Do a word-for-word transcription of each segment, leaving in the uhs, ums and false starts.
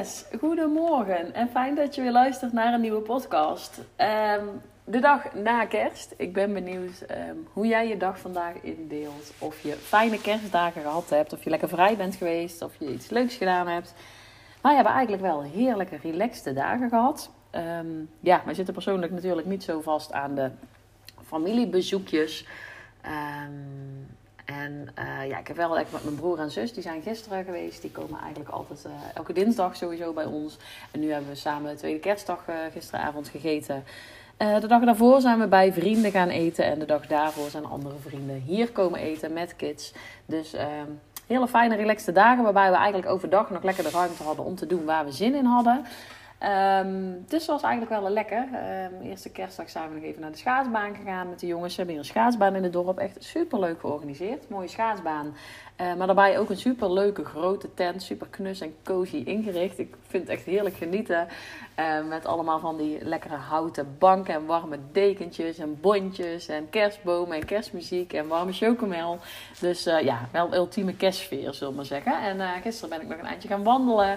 Yes, goedemorgen en fijn dat je weer luistert naar een nieuwe podcast. Um, de dag na kerst. Ik ben benieuwd um, hoe jij je dag vandaag indeelt. Of je fijne kerstdagen gehad hebt, of je lekker vrij bent geweest, of je iets leuks gedaan hebt. Wij hebben eigenlijk wel heerlijke, relaxte dagen gehad. Um, ja, wij zitten persoonlijk natuurlijk niet zo vast aan de familiebezoekjes. Um, En uh, ja, ik heb wel echt met mijn broer en zus, die zijn gisteren geweest. Die komen eigenlijk altijd uh, elke dinsdag sowieso bij ons. En nu hebben we samen de tweede kerstdag uh, gisteravond gegeten. Uh, de dag daarvoor zijn we bij vrienden gaan eten. En de dag daarvoor zijn andere vrienden hier komen eten met kids. Dus uh, hele fijne, relaxte dagen. Waarbij we eigenlijk overdag nog lekker de ruimte hadden om te doen waar we zin in hadden. Um, dus het was eigenlijk wel lekker. Um, eerste kerstdag zijn we nog even naar de schaatsbaan gegaan met de jongens. Ze hebben hier een schaatsbaan in het dorp. Echt super leuk georganiseerd. Mooie schaatsbaan. Uh, maar daarbij ook een super leuke grote tent. Super knus en cozy ingericht. Ik vind het echt heerlijk genieten. Uh, met allemaal van die lekkere houten banken en warme dekentjes en bondjes en kerstbomen en kerstmuziek en warme chocomel. Dus uh, ja, wel ultieme kerstsfeer zullen we maar zeggen. En uh, gisteren ben ik nog een eindje gaan wandelen.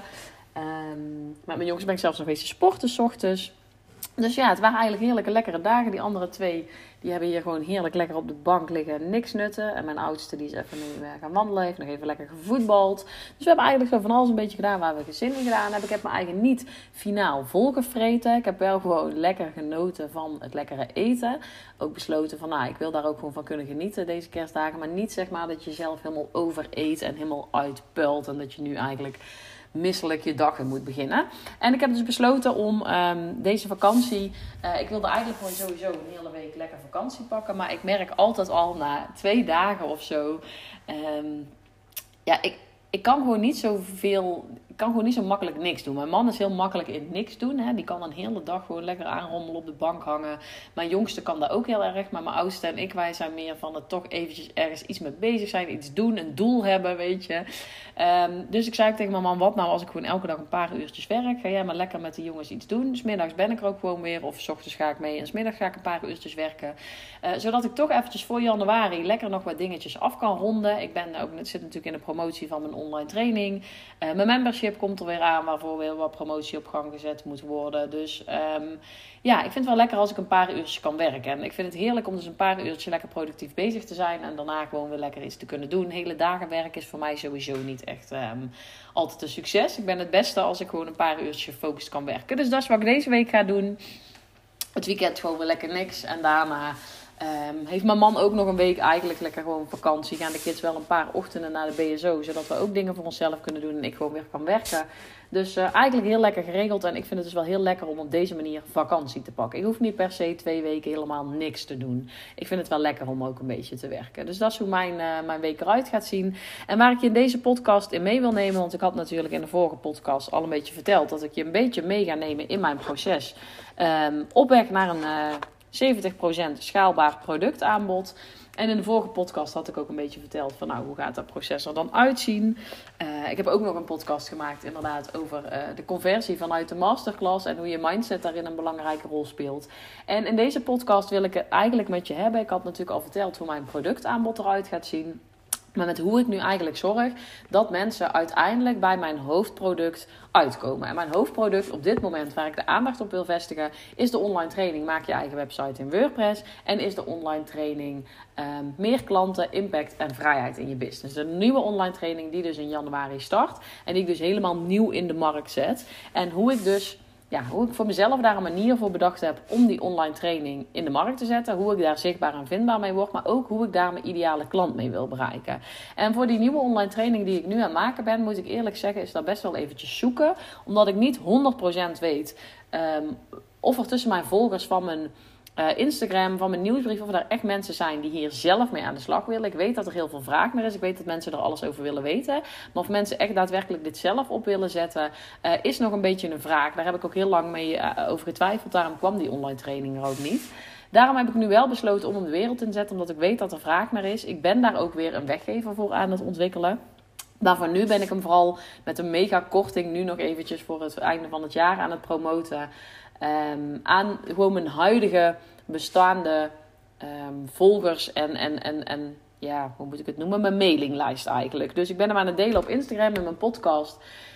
Um, met mijn jongens ben ik zelfs nog wezen sporten 's ochtends. Dus ja, het waren eigenlijk heerlijke lekkere dagen. Die andere twee, die hebben hier gewoon heerlijk lekker op de bank liggen. Niks nutten. En mijn oudste, die is even nu gaan wandelen. Heeft nog even lekker gevoetbald. Dus we hebben eigenlijk zo van alles een beetje gedaan waar we gezin in gedaan hebben. Ik heb me eigen niet finaal volgevreten. Ik heb wel gewoon lekker genoten van het lekkere eten. Ook besloten van, nou, ik wil daar ook gewoon van kunnen genieten deze kerstdagen. Maar niet zeg maar dat je zelf helemaal overeet en helemaal uitpult. En dat je nu eigenlijk misselijk je dag in moet beginnen. En ik heb dus besloten om um, deze vakantie... Uh, ik wilde eigenlijk gewoon sowieso een hele week lekker vakantie pakken. Maar ik merk altijd al na twee dagen of zo... Um, ja, ik, ik kan gewoon niet zoveel... Ik kan gewoon niet zo makkelijk niks doen. Mijn man is heel makkelijk in niks doen. Hè. Die kan een hele dag gewoon lekker aanrommelen op de bank hangen. Mijn jongste kan dat ook heel erg. Maar mijn oudste en ik, wij zijn meer van het toch eventjes ergens iets mee bezig zijn. Iets doen, een doel hebben, weet je. Um, dus ik zei ook tegen mijn man, wat nou als ik gewoon elke dag een paar uurtjes werk. Ga jij maar lekker met de jongens iets doen. 's Middags ben ik er ook gewoon weer. Of 's ochtends ga ik mee. En 's middags ga ik een paar uurtjes werken. Uh, zodat ik toch eventjes voor januari lekker nog wat dingetjes af kan ronden. Ik ben ook, het zit natuurlijk in de promotie van mijn online training. Uh, mijn membership komt er weer aan, waarvoor weer wat promotie op gang gezet moet worden. Dus um, ja, ik vind het wel lekker als ik een paar uurtjes kan werken. En ik vind het heerlijk om dus een paar uurtjes lekker productief bezig te zijn. En daarna gewoon weer lekker iets te kunnen doen. Hele dagen werken is voor mij sowieso niet echt um, altijd een succes. Ik ben het beste als ik gewoon een paar uurtjes gefocust kan werken. Dus dat is wat ik deze week ga doen. Het weekend gewoon weer lekker niks. En daarna... Um, heeft mijn man ook nog een week eigenlijk lekker gewoon vakantie. Gaan de kids wel een paar ochtenden naar de B S O. Zodat we ook dingen voor onszelf kunnen doen. En ik gewoon weer kan werken. Dus uh, eigenlijk heel lekker geregeld. En ik vind het dus wel heel lekker om op deze manier vakantie te pakken. Ik hoef niet per se twee weken helemaal niks te doen. Ik vind het wel lekker om ook een beetje te werken. Dus dat is hoe mijn, uh, mijn week eruit gaat zien. En waar ik je in deze podcast in mee wil nemen. Want ik had natuurlijk in de vorige podcast al een beetje verteld. Dat ik je een beetje mee ga nemen in mijn proces. Um, op weg naar een... Uh, zeventig procent schaalbaar productaanbod. En in de vorige podcast had ik ook een beetje verteld van nou, hoe gaat dat proces er dan uitzien. Uh, ik heb ook nog een podcast gemaakt inderdaad over uh, de conversie vanuit de masterclass en hoe je mindset daarin een belangrijke rol speelt. En in deze podcast wil ik het eigenlijk met je hebben. Ik had natuurlijk al verteld hoe mijn productaanbod eruit gaat zien. Maar met hoe ik nu eigenlijk zorg dat mensen uiteindelijk bij mijn hoofdproduct uitkomen. En mijn hoofdproduct op dit moment waar ik de aandacht op wil vestigen is de online training Maak je eigen website in WordPress. En is de online training um, Meer klanten, impact en vrijheid in je business. Een nieuwe online training die dus in januari start. En die ik dus helemaal nieuw in de markt zet. En hoe ik dus... Ja, hoe ik voor mezelf daar een manier voor bedacht heb om die online training in de markt te zetten. Hoe ik daar zichtbaar en vindbaar mee word. Maar ook hoe ik daar mijn ideale klant mee wil bereiken. En voor die nieuwe online training die ik nu aan het maken ben, moet ik eerlijk zeggen, is dat best wel eventjes zoeken. Omdat ik niet honderd procent weet um, of er tussen mijn volgers van mijn... Uh, Instagram, van mijn nieuwsbrief, of er echt mensen zijn die hier zelf mee aan de slag willen. Ik weet dat er heel veel vraag naar is. Ik weet dat mensen er alles over willen weten. Maar of mensen echt daadwerkelijk dit zelf op willen zetten, uh, is nog een beetje een vraag. Daar heb ik ook heel lang mee uh, over getwijfeld. Daarom kwam die online training er ook niet. Daarom heb ik nu wel besloten om hem de wereld in te zetten, omdat ik weet dat er vraag naar is. Ik ben daar ook weer een weggever voor aan het ontwikkelen. Maar voor nu ben ik hem vooral met een mega korting nu nog eventjes voor het einde van het jaar aan het promoten. Um, aan gewoon mijn huidige bestaande um, volgers en, en, en, en ja, hoe moet ik het noemen? Mijn mailinglijst eigenlijk. Dus ik ben hem aan het delen op Instagram in mijn podcast.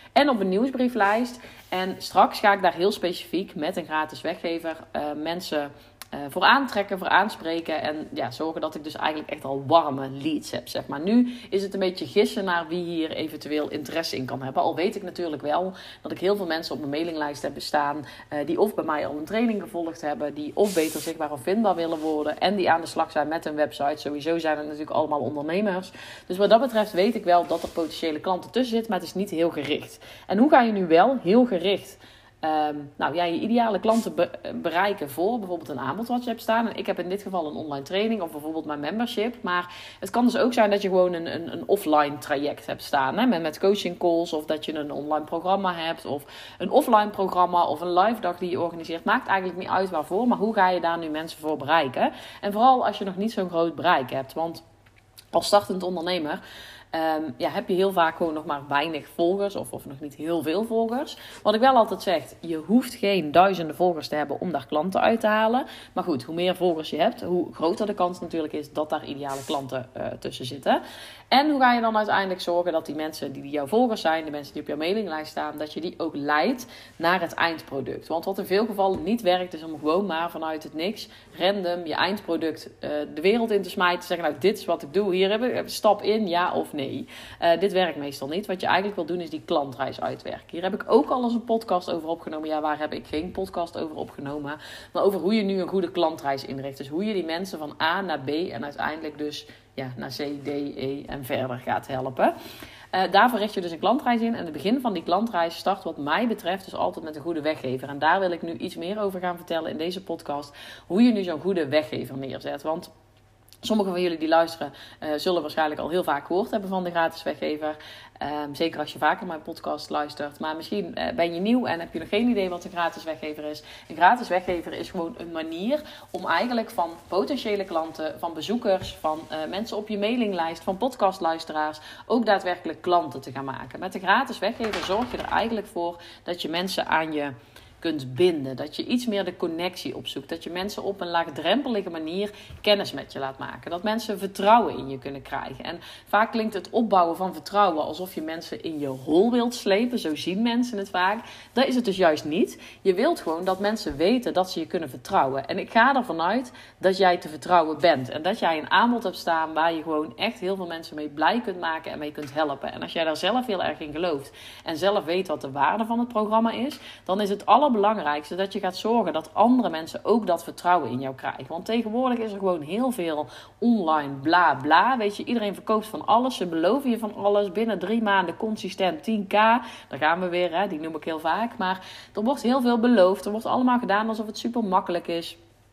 en op een nieuwsbrieflijst. En straks ga ik daar heel specifiek met een gratis weggever uh, mensen uh, voor aantrekken, voor aanspreken. En ja, zorgen dat ik dus eigenlijk echt al warme leads heb, zeg maar. Nu is het een beetje gissen naar wie hier eventueel interesse in kan hebben. Al weet ik natuurlijk wel dat ik heel veel mensen op mijn mailinglijst heb staan. Uh, die of bij mij al een training gevolgd hebben. Die of beter zichtbaar of vindbaar willen worden. En die aan de slag zijn met een website. Sowieso zijn het natuurlijk allemaal ondernemers. Dus wat dat betreft weet ik wel dat er potentiële klanten tussen zitten. Maar het is niet heel gericht. En hoe ga je nu wel heel gericht Um, nou ja, je ideale klanten be- bereiken voor bijvoorbeeld een aanbod wat je hebt staan. En ik heb in dit geval een online training of bijvoorbeeld mijn membership. Maar het kan dus ook zijn dat je gewoon een, een, een offline traject hebt staan. Hè? Met, met coaching calls, of dat je een online programma hebt. Of een offline programma of een live dag die je organiseert. Maakt eigenlijk niet uit waarvoor, maar hoe ga je daar nu mensen voor bereiken? En vooral als je nog niet zo'n groot bereik hebt. Want als startend ondernemer Um, ja, heb je heel vaak gewoon nog maar weinig volgers of, of nog niet heel veel volgers. Wat ik wel altijd zeg, je hoeft geen duizenden volgers te hebben om daar klanten uit te halen. Maar goed, hoe meer volgers je hebt, hoe groter de kans natuurlijk is dat daar ideale klanten uh, tussen zitten. En hoe ga je dan uiteindelijk zorgen dat die mensen die jouw volgers zijn, de mensen die op jouw mailinglijst staan, dat je die ook leidt naar het eindproduct. Want wat in veel gevallen niet werkt, is om gewoon maar vanuit het niks random je eindproduct uh, de wereld in te smijten. Zeggen, nou, dit is wat ik doe. Hier heb ik stap in, ja of nee. Uh, dit werkt meestal niet. Wat je eigenlijk wil doen is die klantreis uitwerken. Hier heb ik ook al eens een podcast over opgenomen. Ja, waar heb ik geen podcast over opgenomen? Maar over hoe je nu een goede klantreis inricht. Dus hoe je die mensen van A naar B en uiteindelijk dus ja, naar C, D, E en verder gaat helpen. Uh, daarvoor richt je dus een klantreis in. En het begin van die klantreis start wat mij betreft dus altijd met een goede weggever. En daar wil ik nu iets meer over gaan vertellen in deze podcast. Hoe je nu zo'n goede weggever neerzet. Want sommigen van jullie die luisteren uh, zullen waarschijnlijk al heel vaak gehoord hebben van de gratis weggever. Um, zeker als je vaker mijn podcast luistert. Maar misschien uh, ben je nieuw en heb je nog geen idee wat een gratis weggever is. Een gratis weggever is gewoon een manier om eigenlijk van potentiële klanten, van bezoekers, van uh, mensen op je mailinglijst, van podcastluisteraars, ook daadwerkelijk klanten te gaan maken. Met de gratis weggever zorg je er eigenlijk voor dat je mensen aan je kunt binden. Dat je iets meer de connectie opzoekt. Dat je mensen op een laagdrempelige manier kennis met je laat maken. Dat mensen vertrouwen in je kunnen krijgen. En vaak klinkt het opbouwen van vertrouwen alsof je mensen in je hol wilt slepen. Zo zien mensen het vaak. Dat is het dus juist niet. Je wilt gewoon dat mensen weten dat ze je kunnen vertrouwen. En ik ga ervan uit dat jij te vertrouwen bent. En dat jij een aanbod hebt staan waar je gewoon echt heel veel mensen mee blij kunt maken en mee kunt helpen. En als jij daar zelf heel erg in gelooft en zelf weet wat de waarde van het programma is, dan is het allerbelangrijkste dat je gaat zorgen dat andere mensen ook dat vertrouwen in jou krijgen. Want tegenwoordig is er gewoon heel veel online bla bla. Weet je, iedereen verkoopt van alles. Ze beloven je van alles. Binnen drie maanden consistent tien k. Daar gaan we weer, hè, die noem ik heel vaak. Maar er wordt heel veel beloofd. Er wordt allemaal gedaan alsof het super makkelijk is.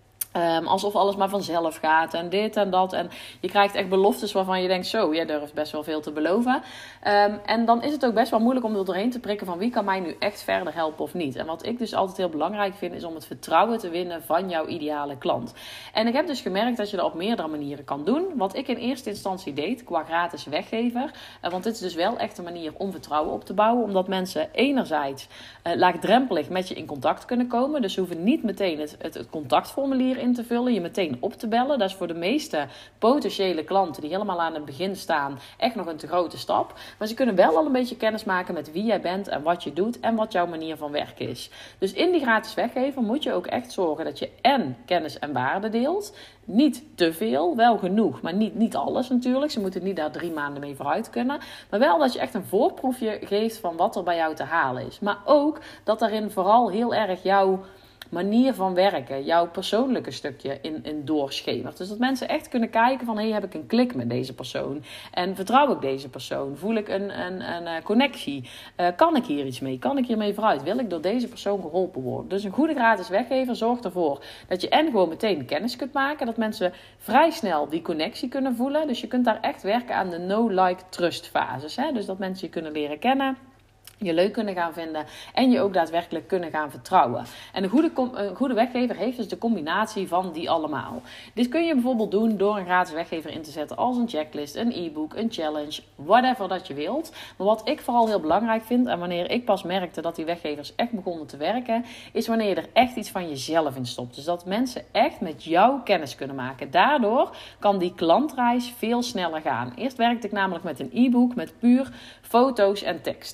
Um, alsof alles maar vanzelf gaat en dit en dat. En je krijgt echt beloftes waarvan je denkt, zo, jij durft best wel veel te beloven. Um, en dan is het ook best wel moeilijk om er doorheen te prikken van wie kan mij nu echt verder helpen of niet. En wat ik dus altijd heel belangrijk vind, is om het vertrouwen te winnen van jouw ideale klant. En ik heb dus gemerkt dat je dat op meerdere manieren kan doen. Wat ik in eerste instantie deed qua gratis weggever. Uh, want dit is dus wel echt een manier om vertrouwen op te bouwen. Omdat mensen enerzijds uh, laagdrempelig met je in contact kunnen komen. Dus ze hoeven niet meteen het, het, het contactformulier in te vullen, je meteen op te bellen. Dat is voor de meeste potentiële klanten die helemaal aan het begin staan echt nog een te grote stap. Maar ze kunnen wel al een beetje kennis maken met wie jij bent en wat je doet en wat jouw manier van werken is. Dus in die gratis weggever moet je ook echt zorgen dat je en kennis en waarde deelt. Niet te veel, wel genoeg, maar niet, niet alles natuurlijk. Ze moeten niet daar drie maanden mee vooruit kunnen. Maar wel dat je echt een voorproefje geeft van wat er bij jou te halen is. Maar ook dat daarin vooral heel erg jouw manier van werken, jouw persoonlijke stukje in, in doorschemert. Dus dat mensen echt kunnen kijken van, hé, hey, heb ik een klik met deze persoon? En vertrouw ik deze persoon? Voel ik een, een, een connectie? Uh, kan ik hier iets mee? Kan ik hiermee vooruit? Wil ik door deze persoon geholpen worden? Dus een goede gratis weggever zorgt ervoor dat je en gewoon meteen kennis kunt maken, dat mensen vrij snel die connectie kunnen voelen. Dus je kunt daar echt werken aan de know-like-trust fases. Hè? Dus dat mensen je kunnen leren kennen, je leuk kunnen gaan vinden en je ook daadwerkelijk kunnen gaan vertrouwen. En een goede, een goede weggever heeft dus de combinatie van die allemaal. Dit kun je bijvoorbeeld doen door een gratis weggever in te zetten als een checklist, een e-book, een challenge, whatever dat je wilt. Maar wat ik vooral heel belangrijk vind en wanneer ik pas merkte dat die weggevers echt begonnen te werken, is wanneer je er echt iets van jezelf in stopt. Dus dat mensen echt met jou kennis kunnen maken. Daardoor kan die klantreis veel sneller gaan. Eerst werkte ik namelijk met een e-book met puur foto's en teksten. En de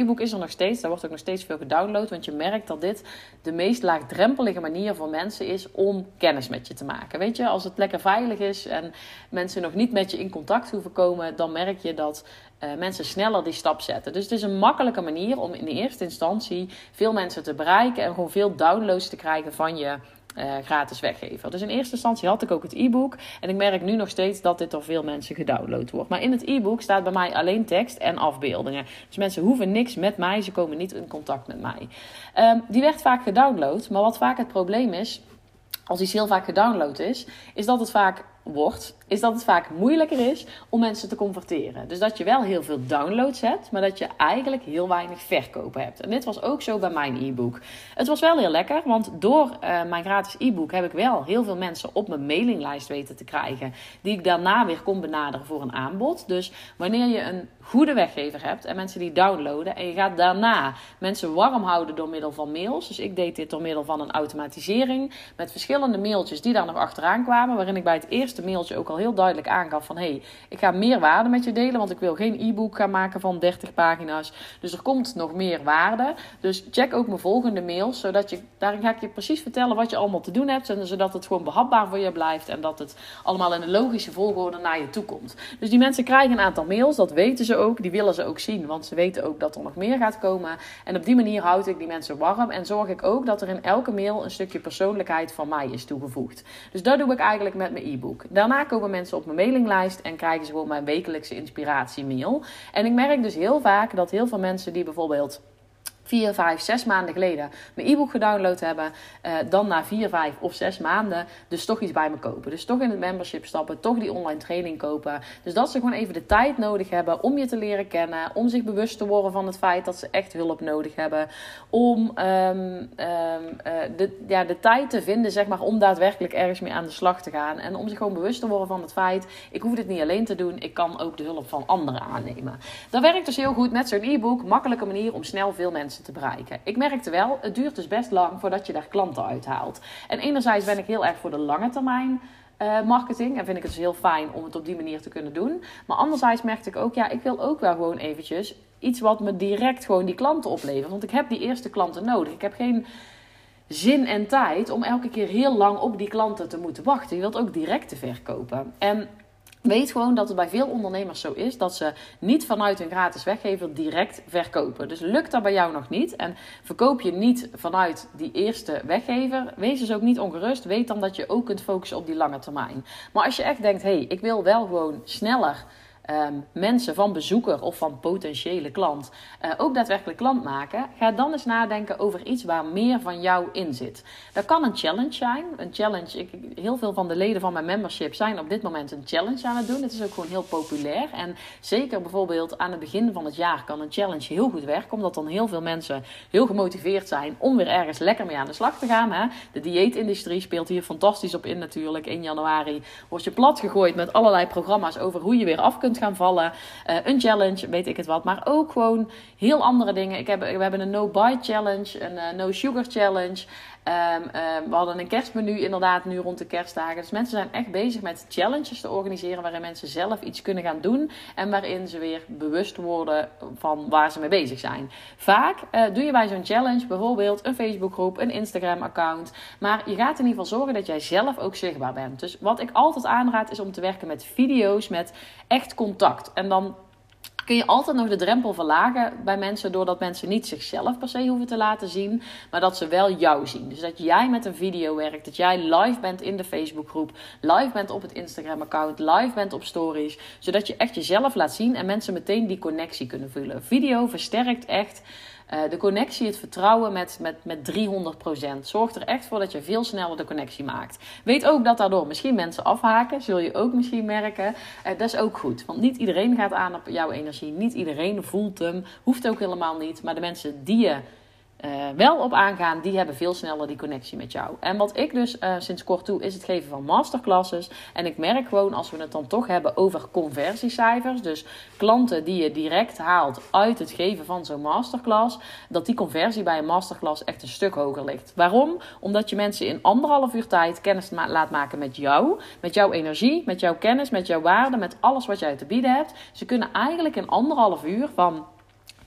e-book is er nog steeds. Daar wordt ook nog steeds veel gedownload. Want je merkt dat dit de meest laagdrempelige manier voor mensen is om kennis met je te maken. Weet je, als het lekker veilig is en mensen nog niet met je in contact hoeven komen, dan merk je dat uh, mensen sneller die stap zetten. Dus het is een makkelijke manier om in de eerste instantie veel mensen te bereiken en gewoon veel downloads te krijgen van je Uh, gratis weggever. Dus in eerste instantie had ik ook het e-book. En ik merk nu nog steeds dat dit door veel mensen gedownload wordt. Maar in het e-book staat bij mij alleen tekst en afbeeldingen. Dus mensen hoeven niks met mij. Ze komen niet in contact met mij. Um, die werd vaak gedownload. Maar wat vaak het probleem is, als iets heel vaak gedownload is, is dat het vaak wordt, is dat het vaak moeilijker is om mensen te converteren. Dus dat je wel heel veel downloads hebt, maar dat je eigenlijk heel weinig verkopen hebt. En dit was ook zo bij mijn e-book. Het was wel heel lekker, want door uh, mijn gratis e-book heb ik wel heel veel mensen op mijn mailinglijst weten te krijgen, die ik daarna weer kon benaderen voor een aanbod. Dus wanneer je een goede weggever hebt en mensen die downloaden en je gaat daarna mensen warm houden door middel van mails. Dus ik deed dit door middel van een automatisering met verschillende mailtjes die daar nog achteraan kwamen, waarin ik bij het eerste mailtje ook al heel duidelijk aangaf van, hé, hey, ik ga meer waarde met je delen, want ik wil geen e-book gaan maken van dertig pagina's. Dus er komt nog meer waarde. Dus check ook mijn volgende mails, zodat je, daarin ga ik je precies vertellen wat je allemaal te doen hebt, en zodat het gewoon behapbaar voor je blijft en dat het allemaal in een logische volgorde naar je toe komt. Dus die mensen krijgen een aantal mails, dat weten ze ook, die willen ze ook zien, want ze weten ook dat er nog meer gaat komen. En op die manier houd ik die mensen warm en zorg ik ook dat er in elke mail een stukje persoonlijkheid van mij is toegevoegd. Dus dat doe ik eigenlijk met mijn e-book. Daarna komen mensen op mijn mailinglijst en krijgen ze gewoon mijn wekelijkse inspiratiemail. En ik merk dus heel vaak dat heel veel mensen die bijvoorbeeld vier, vijf, zes maanden geleden mijn e-book gedownload hebben, uh, dan na vier, vijf of zes maanden dus toch iets bij me kopen. Dus toch in het membership stappen, toch die online training kopen. Dus dat ze gewoon even de tijd nodig hebben om je te leren kennen, om zich bewust te worden van het feit dat ze echt hulp nodig hebben, om um, um, uh, de, ja, de tijd te vinden, zeg maar, om daadwerkelijk ergens mee aan de slag te gaan. En om zich gewoon bewust te worden van het feit, ik hoef dit niet alleen te doen, ik kan ook de hulp van anderen aannemen. Dat werkt dus heel goed met zo'n e-book, makkelijke manier om snel veel mensen te bereiken. Ik merkte wel, het duurt dus best lang voordat je daar klanten uithaalt. En enerzijds ben ik heel erg voor de lange termijn uh, marketing en vind ik het dus heel fijn om het op die manier te kunnen doen. Maar anderzijds merkte ik ook, ja, ik wil ook wel gewoon eventjes iets wat me direct gewoon die klanten oplevert. Want ik heb die eerste klanten nodig. Ik heb geen zin en tijd om elke keer heel lang op die klanten te moeten wachten. Je wilt ook direct te verkopen. En weet gewoon dat het bij veel ondernemers zo is dat ze niet vanuit een gratis weggever direct verkopen. Dus lukt dat bij jou nog niet en verkoop je niet vanuit die eerste weggever, wees dus ook niet ongerust. Weet dan dat je ook kunt focussen op die lange termijn. Maar als je echt denkt, hé, hey, ik wil wel gewoon sneller Um, mensen van bezoeker of van potentiële klant uh, ook daadwerkelijk klant maken, ga dan eens nadenken over iets waar meer van jou in zit. Dat kan een challenge zijn. Een challenge, ik, heel veel van de leden van mijn membership zijn op dit moment een challenge aan het doen. Het is ook gewoon heel populair. En zeker bijvoorbeeld aan het begin van het jaar kan een challenge heel goed werken, omdat dan heel veel mensen heel gemotiveerd zijn om weer ergens lekker mee aan de slag te gaan. Hè? De dieetindustrie speelt hier fantastisch op in natuurlijk. in januari word je plat gegooid met allerlei programma's over hoe je weer af kunt gaan vallen. Uh, een challenge, weet ik het wat. Maar ook gewoon heel andere dingen. Ik heb, we hebben een no-buy challenge, een uh, no-sugar challenge. Um, um, we hadden een kerstmenu inderdaad nu rond de kerstdagen. Dus mensen zijn echt bezig met challenges te organiseren waarin mensen zelf iets kunnen gaan doen en waarin ze weer bewust worden van waar ze mee bezig zijn. Vaak uh, doe je bij zo'n challenge bijvoorbeeld een Facebookgroep, een Instagram account. Maar je gaat in ieder geval zorgen dat jij zelf ook zichtbaar bent. Dus wat ik altijd aanraad is om te werken met video's, met echt contact. En dan kun je altijd nog de drempel verlagen bij mensen doordat mensen niet zichzelf per se hoeven te laten zien, maar dat ze wel jou zien. Dus dat jij met een video werkt, dat jij live bent in de Facebookgroep, live bent op het Instagram-account, live bent op stories, zodat je echt jezelf laat zien en mensen meteen die connectie kunnen voelen. Video versterkt echt Uh, de connectie, het vertrouwen met, met, met driehonderd procent. Zorgt er echt voor dat je veel sneller de connectie maakt. Weet ook dat daardoor misschien mensen afhaken. Zul je ook misschien merken. Uh, dat is ook goed. Want niet iedereen gaat aan op jouw energie. Niet iedereen voelt hem. Hoeft ook helemaal niet. Maar de mensen die je Uh, wel op aangaan, die hebben veel sneller die connectie met jou. En wat ik dus uh, sinds kort doe, is het geven van masterclasses. En ik merk gewoon, als we het dan toch hebben over conversiecijfers, dus klanten die je direct haalt uit het geven van zo'n masterclass, dat die conversie bij een masterclass echt een stuk hoger ligt. Waarom? Omdat je mensen in anderhalf uur tijd kennis ma- laat maken met jou, met jouw energie, met jouw kennis, met jouw waarde, met alles wat jij te bieden hebt. Ze kunnen eigenlijk in anderhalf uur van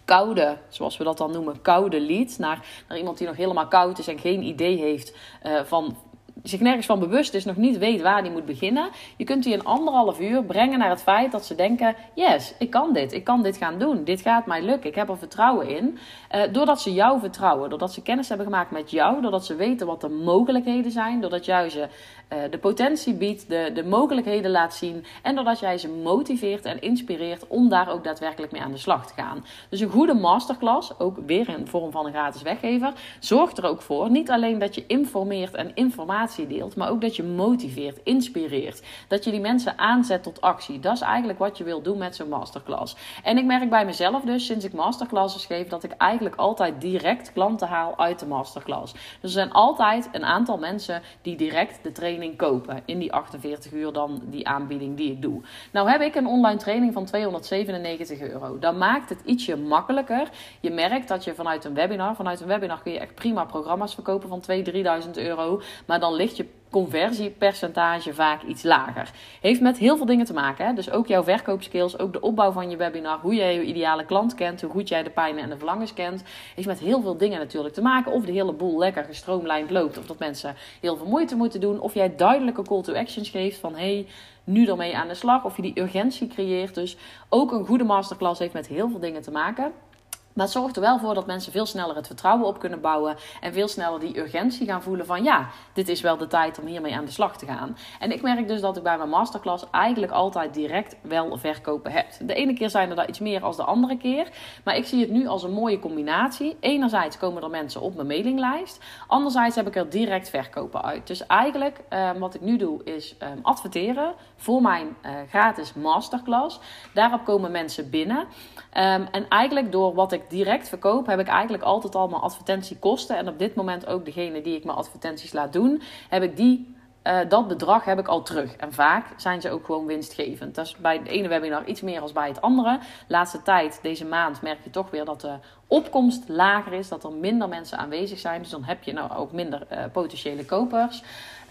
koude, zoals we dat dan noemen, koude lead. Naar, naar iemand die nog helemaal koud is en geen idee heeft uh, van... zich nergens van bewust is, nog niet weet waar die moet beginnen. Je kunt die in anderhalf uur brengen naar het feit dat ze denken, yes, ik kan dit. Ik kan dit gaan doen. Dit gaat mij lukken. Ik heb er vertrouwen in. Uh, doordat ze jou vertrouwen. Doordat ze kennis hebben gemaakt met jou. Doordat ze weten wat de mogelijkheden zijn. Doordat jij ze uh, de potentie biedt. De, de mogelijkheden laat zien. En doordat jij ze motiveert en inspireert om daar ook daadwerkelijk mee aan de slag te gaan. Dus een goede masterclass, ook weer in vorm van een gratis weggever, zorgt er ook voor. Niet alleen dat je informeert en informatie deelt, maar ook dat je motiveert, inspireert. Dat je die mensen aanzet tot actie. Dat is eigenlijk wat je wil doen met zo'n masterclass. En ik merk bij mezelf dus, sinds ik masterclasses geef, dat ik eigenlijk altijd direct klanten haal uit de masterclass. Dus er zijn altijd een aantal mensen die direct de training kopen. In die achtenveertig uur dan die aanbieding die ik doe. Nou heb ik een online training van tweehonderdzevenennegentig euro. Dat maakt het ietsje makkelijker. Je merkt dat je vanuit een webinar, vanuit een webinar kun je echt prima programma's verkopen van tweeduizend, drieduizend euro. Maar dan ligt je conversiepercentage vaak iets lager. Heeft met heel veel dingen te maken. Hè? Dus ook jouw verkoopskills, ook de opbouw van je webinar, hoe jij je ideale klant kent, hoe goed jij de pijnen en de verlangens kent. Heeft met heel veel dingen natuurlijk te maken. Of de hele boel lekker gestroomlijnd loopt. Of dat mensen heel veel moeite moeten doen. Of jij duidelijke call to actions geeft van hey, nu ermee aan de slag. Of je die urgentie creëert. Dus ook een goede masterclass heeft met heel veel dingen te maken. Maar het zorgt er wel voor dat mensen veel sneller het vertrouwen op kunnen bouwen. En veel sneller die urgentie gaan voelen van ja, dit is wel de tijd om hiermee aan de slag te gaan. En ik merk dus dat ik bij mijn masterclass eigenlijk altijd direct wel verkopen heb. De ene keer zijn er daar iets meer als de andere keer. Maar ik zie het nu als een mooie combinatie. Enerzijds komen er mensen op mijn mailinglijst. Anderzijds heb ik er direct verkopen uit. Dus eigenlijk uh, wat ik nu doe is um, adverteren voor mijn uh, gratis masterclass. Daarop komen mensen binnen. Um, en eigenlijk door wat ik direct verkoop, heb ik eigenlijk altijd al mijn advertentiekosten. En op dit moment ook degene die ik mijn advertenties laat doen, heb ik die, uh, dat bedrag heb ik al terug. En vaak zijn ze ook gewoon winstgevend. Dat is bij het ene webinar iets meer dan bij het andere. Laatste tijd, deze maand, merk je toch weer dat de opkomst lager is. Dat er minder mensen aanwezig zijn. Dus dan heb je nou ook minder uh, potentiële kopers.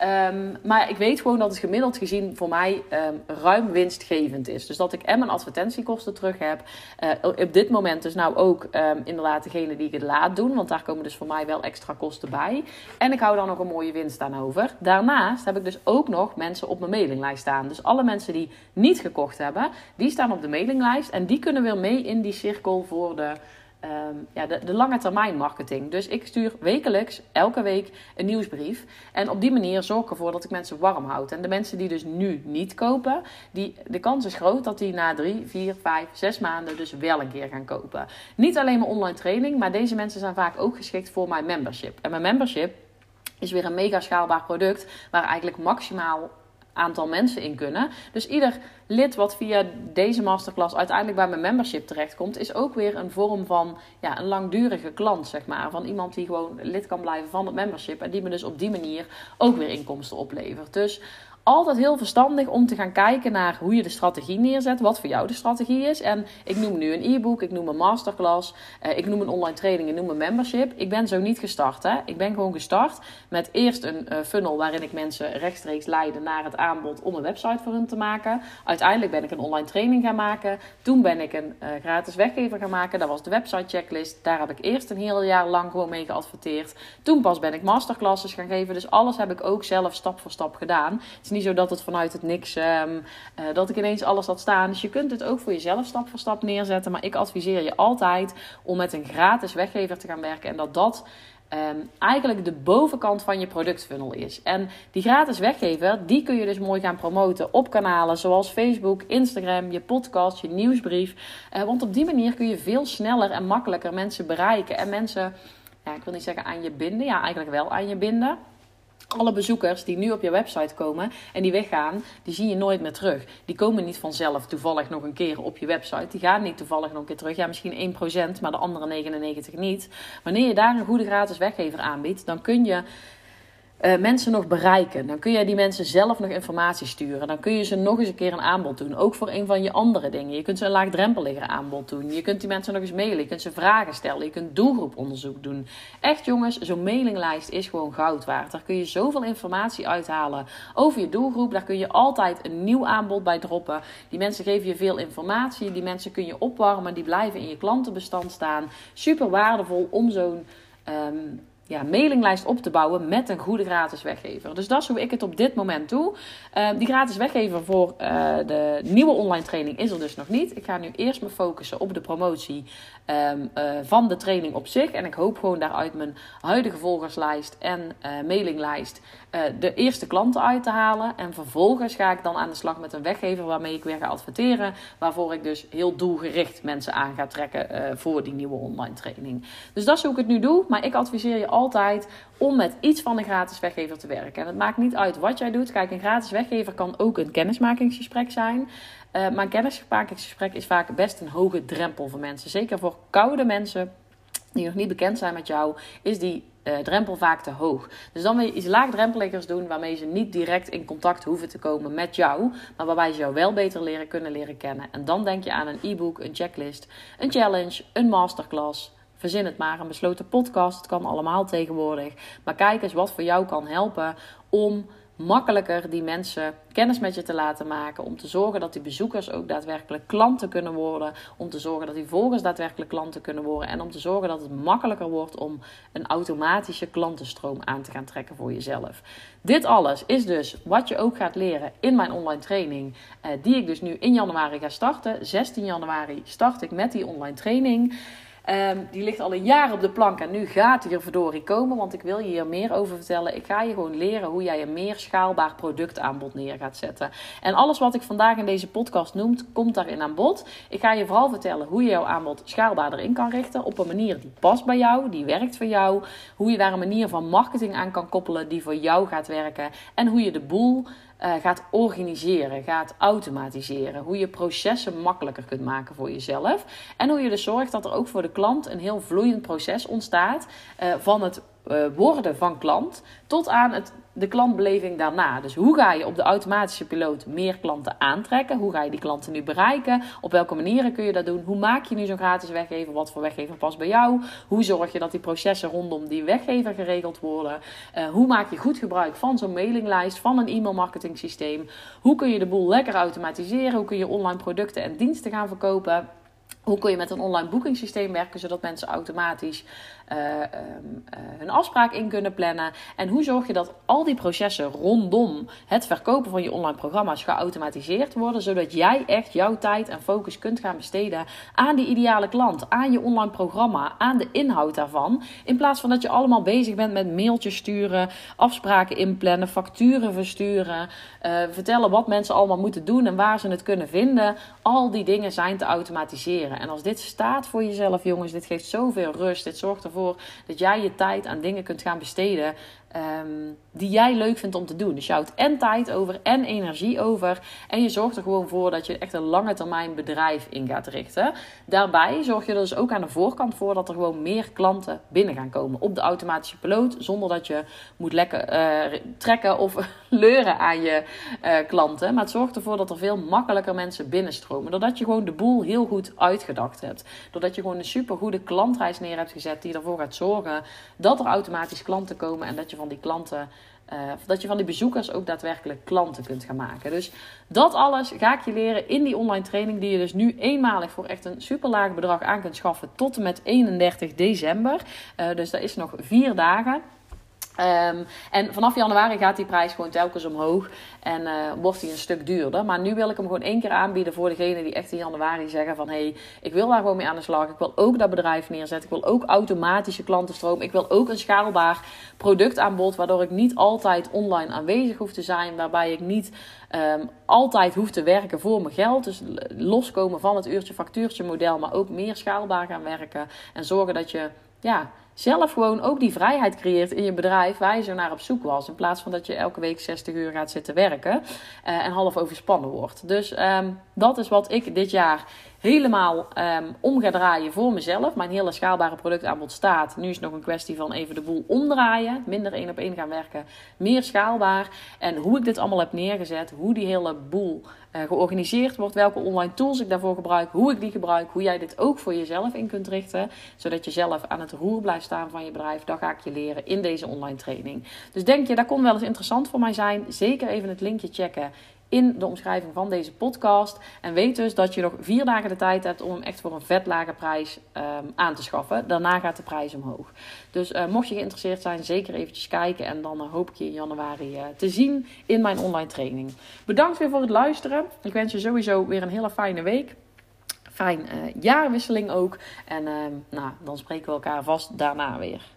Um, maar ik weet gewoon dat het gemiddeld gezien voor mij um, ruim winstgevend is. Dus dat ik en mijn advertentiekosten terug heb. Uh, op dit moment dus nou ook um, inderdaad degene die ik het laat doen. Want daar komen dus voor mij wel extra kosten bij. En ik hou daar nog een mooie winst aan over. Daarnaast heb ik dus ook nog mensen op mijn mailinglijst staan. Dus alle mensen die niet gekocht hebben, die staan op de mailinglijst. En die kunnen weer mee in die cirkel voor de... Um, ja, de, de lange termijn marketing. Dus ik stuur wekelijks, elke week, een nieuwsbrief. En op die manier zorg ik ervoor dat ik mensen warm houd. En de mensen die dus nu niet kopen, die, de kans is groot dat die na drie, vier, vijf, zes maanden dus wel een keer gaan kopen. Niet alleen mijn online training, maar deze mensen zijn vaak ook geschikt voor mijn membership. En mijn membership is weer een mega schaalbaar product waar eigenlijk maximaal aantal mensen in kunnen. Dus ieder lid wat via deze masterclass uiteindelijk bij mijn membership terechtkomt, is ook weer een vorm van ja, een langdurige klant, zeg maar. Van iemand die gewoon lid kan blijven van het membership en die me dus op die manier ook weer inkomsten oplevert. Dus altijd heel verstandig om te gaan kijken naar hoe je de strategie neerzet, wat voor jou de strategie is. En ik noem nu een e-book, ik noem een masterclass, uh, ik noem een online training, ik noem een membership. Ik ben zo niet gestart. Hè? Ik ben gewoon gestart met eerst een uh, funnel waarin ik mensen rechtstreeks leidde naar het aanbod om een website voor hun te maken. Uiteindelijk ben ik een online training gaan maken. Toen ben ik een uh, gratis weggever gaan maken. Dat was de website checklist. Daar heb ik eerst een heel jaar lang gewoon mee geadverteerd. Toen pas ben ik masterclasses gaan geven. Dus alles heb ik ook zelf stap voor stap gedaan. Het is niet zo dat het vanuit het niks, um, uh, dat ik ineens alles had staan. Dus je kunt het ook voor jezelf stap voor stap neerzetten. Maar ik adviseer je altijd om met een gratis weggever te gaan werken. En dat dat um, eigenlijk de bovenkant van je productfunnel is. En die gratis weggever, die kun je dus mooi gaan promoten op kanalen zoals Facebook, Instagram, je podcast, je nieuwsbrief. Uh, want op die manier kun je veel sneller en makkelijker mensen bereiken. En mensen, ja, ik wil niet zeggen aan je binden. Ja, eigenlijk wel aan je binden. Alle bezoekers die nu op je website komen en die weggaan, die zie je nooit meer terug. Die komen niet vanzelf toevallig nog een keer op je website. Die gaan niet toevallig nog een keer terug. Ja, misschien één procent, maar de andere negenennegentig niet. Wanneer je daar een goede gratis weggever aanbiedt, dan kun je Uh, mensen nog bereiken. Dan kun je die mensen zelf nog informatie sturen. Dan kun je ze nog eens een keer een aanbod doen. Ook voor een van je andere dingen. Je kunt ze een laagdrempeliger aanbod doen. Je kunt die mensen nog eens mailen. Je kunt ze vragen stellen. Je kunt doelgroeponderzoek doen. Echt jongens, zo'n mailinglijst is gewoon goud waard. Daar kun je zoveel informatie uithalen over je doelgroep. Daar kun je altijd een nieuw aanbod bij droppen. Die mensen geven je veel informatie. Die mensen kun je opwarmen. Die blijven in je klantenbestand staan. Super waardevol om zo'n Um, ja, mailinglijst op te bouwen met een goede gratis weggever. Dus dat is hoe ik het op dit moment doe. Uh, die gratis weggever voor uh, de nieuwe online training is er dus nog niet. Ik ga nu eerst me focussen op de promotie um, uh, van de training op zich. En ik hoop gewoon daaruit mijn huidige volgerslijst en uh, mailinglijst uh, de eerste klanten uit te halen. En vervolgens ga ik dan aan de slag met een weggever waarmee ik weer ga adverteren. Waarvoor ik dus heel doelgericht mensen aan ga trekken uh, voor die nieuwe online training. Dus dat is hoe ik het nu doe. Maar ik adviseer je altijd om met iets van een gratis weggever te werken. En het maakt niet uit wat jij doet. Kijk, een gratis weggever kan ook een kennismakingsgesprek zijn. Uh, maar een kennismakingsgesprek is vaak best een hoge drempel voor mensen. Zeker voor koude mensen die nog niet bekend zijn met jou, is die uh, drempel vaak te hoog. Dus dan wil je iets laagdrempeligers doen waarmee ze niet direct in contact hoeven te komen met jou, maar waarbij ze jou wel beter leren kunnen leren kennen. En dan denk je aan een e-book, een checklist, een challenge, een masterclass. Verzin het maar, een besloten podcast. Het kan allemaal tegenwoordig. Maar kijk eens wat voor jou kan helpen om makkelijker die mensen kennis met je te laten maken. Om te zorgen dat die bezoekers ook daadwerkelijk klanten kunnen worden. Om te zorgen dat die volgers daadwerkelijk klanten kunnen worden. En om te zorgen dat het makkelijker wordt om een automatische klantenstroom aan te gaan trekken voor jezelf. Dit alles is dus wat je ook gaat leren in mijn online training. Eh, die ik dus nu in januari ga starten. zestien januari start ik met die online training. Um, die ligt al een jaar op de plank en nu gaat hij er verdorie komen, want ik wil je hier meer over vertellen. Ik ga je gewoon leren hoe jij een meer schaalbaar productaanbod neer gaat zetten. En alles wat ik vandaag in deze podcast noem, komt daarin aan bod. Ik ga je vooral vertellen hoe je jouw aanbod schaalbaarder in kan richten op een manier die past bij jou, die werkt voor jou. Hoe je daar een manier van marketing aan kan koppelen die voor jou gaat werken. En hoe je de boel Uh, gaat organiseren, gaat automatiseren. Hoe je processen makkelijker kunt maken voor jezelf. En hoe je dus zorgt dat er ook voor de klant een heel vloeiend proces ontstaat. Uh, van het uh, worden van klant tot aan het, de klantbeleving daarna. Dus hoe ga je op de automatische piloot meer klanten aantrekken? Hoe ga je die klanten nu bereiken? Op welke manieren kun je dat doen? Hoe maak je nu zo'n gratis weggever? Wat voor weggever past bij jou? Hoe zorg je dat die processen rondom die weggever geregeld worden? Uh, hoe maak je goed gebruik van zo'n mailinglijst, van een e-mailmarketing systeem? Hoe kun je de boel lekker automatiseren? Hoe kun je online producten en diensten gaan verkopen? Hoe kun je met een online boekingssysteem werken, zodat mensen automatisch uh, um, uh, hun afspraak in kunnen plannen? En hoe zorg je dat al die processen rondom het verkopen van je online programma's geautomatiseerd worden, zodat jij echt jouw tijd en focus kunt gaan besteden aan die ideale klant, aan je online programma, aan de inhoud daarvan. In plaats van dat je allemaal bezig bent met mailtjes sturen, afspraken inplannen, facturen versturen, uh, vertellen wat mensen allemaal moeten doen en waar ze het kunnen vinden. Al die dingen zijn te automatiseren. En als dit staat voor jezelf, jongens, dit geeft zoveel rust. Dit zorgt ervoor dat jij je tijd aan dingen kunt gaan besteden Um, die jij leuk vindt om te doen. Dus je houdt en tijd over en energie over. En je zorgt er gewoon voor dat je echt een lange termijn bedrijf in gaat richten. Daarbij zorg je er dus ook aan de voorkant voor dat er gewoon meer klanten binnen gaan komen op de automatische piloot. Zonder dat je moet lekker uh, trekken of leuren aan je uh, klanten. Maar het zorgt ervoor dat er veel makkelijker mensen binnenstromen. Doordat je gewoon de boel heel goed uitgedacht hebt. Doordat je gewoon een supergoede klantreis neer hebt gezet die ervoor gaat zorgen dat er automatisch klanten komen en dat je van die klanten, uh, dat je van die bezoekers ook daadwerkelijk klanten kunt gaan maken. Dus dat alles ga ik je leren in die online training die je dus nu eenmalig voor echt een super laag bedrag aan kunt schaffen tot en met eenendertig december. Uh, dus dat is nog vier dagen. Um, en vanaf januari gaat die prijs gewoon telkens omhoog en uh, wordt die een stuk duurder. Maar nu wil ik hem gewoon één keer aanbieden voor degenen die echt in januari zeggen van hé, hey, ik wil daar gewoon mee aan de slag. Ik wil ook dat bedrijf neerzetten. Ik wil ook automatische klantenstroom. Ik wil ook een schaalbaar productaanbod waardoor ik niet altijd online aanwezig hoef te zijn. Waarbij ik niet um, altijd hoef te werken voor mijn geld. Dus loskomen van het uurtje factuurtje model, maar ook meer schaalbaar gaan werken. En zorgen dat je ja, zelf gewoon ook die vrijheid creëert in je bedrijf waar je zo naar op zoek was. In plaats van dat je elke week zestig uur gaat zitten werken uh, en half overspannen wordt. Dus um, dat is wat ik dit jaar helemaal um, om ga draaien voor mezelf. Mijn hele schaalbare productaanbod staat. Nu is het nog een kwestie van even de boel omdraaien. Minder één op één gaan werken. Meer schaalbaar. En hoe ik dit allemaal heb neergezet. Hoe die hele boel uh, georganiseerd wordt. Welke online tools ik daarvoor gebruik. Hoe ik die gebruik. Hoe jij dit ook voor jezelf in kunt richten. Zodat je zelf aan het roer blijft staan van je bedrijf. Dat ga ik je leren in deze online training. Dus denk je, dat kon wel eens interessant voor mij zijn. Zeker even het linkje checken in de omschrijving van deze podcast. En weet dus dat je nog vier dagen de tijd hebt om hem echt voor een vet lage prijs um, aan te schaffen. Daarna gaat de prijs omhoog. Dus uh, mocht je geïnteresseerd zijn, zeker eventjes kijken. En dan uh, hoop ik je in januari uh, te zien in mijn online training. Bedankt weer voor het luisteren. Ik wens je sowieso weer een hele fijne week. Fijn uh, jaarwisseling ook. En uh, nou, dan spreken we elkaar vast daarna weer.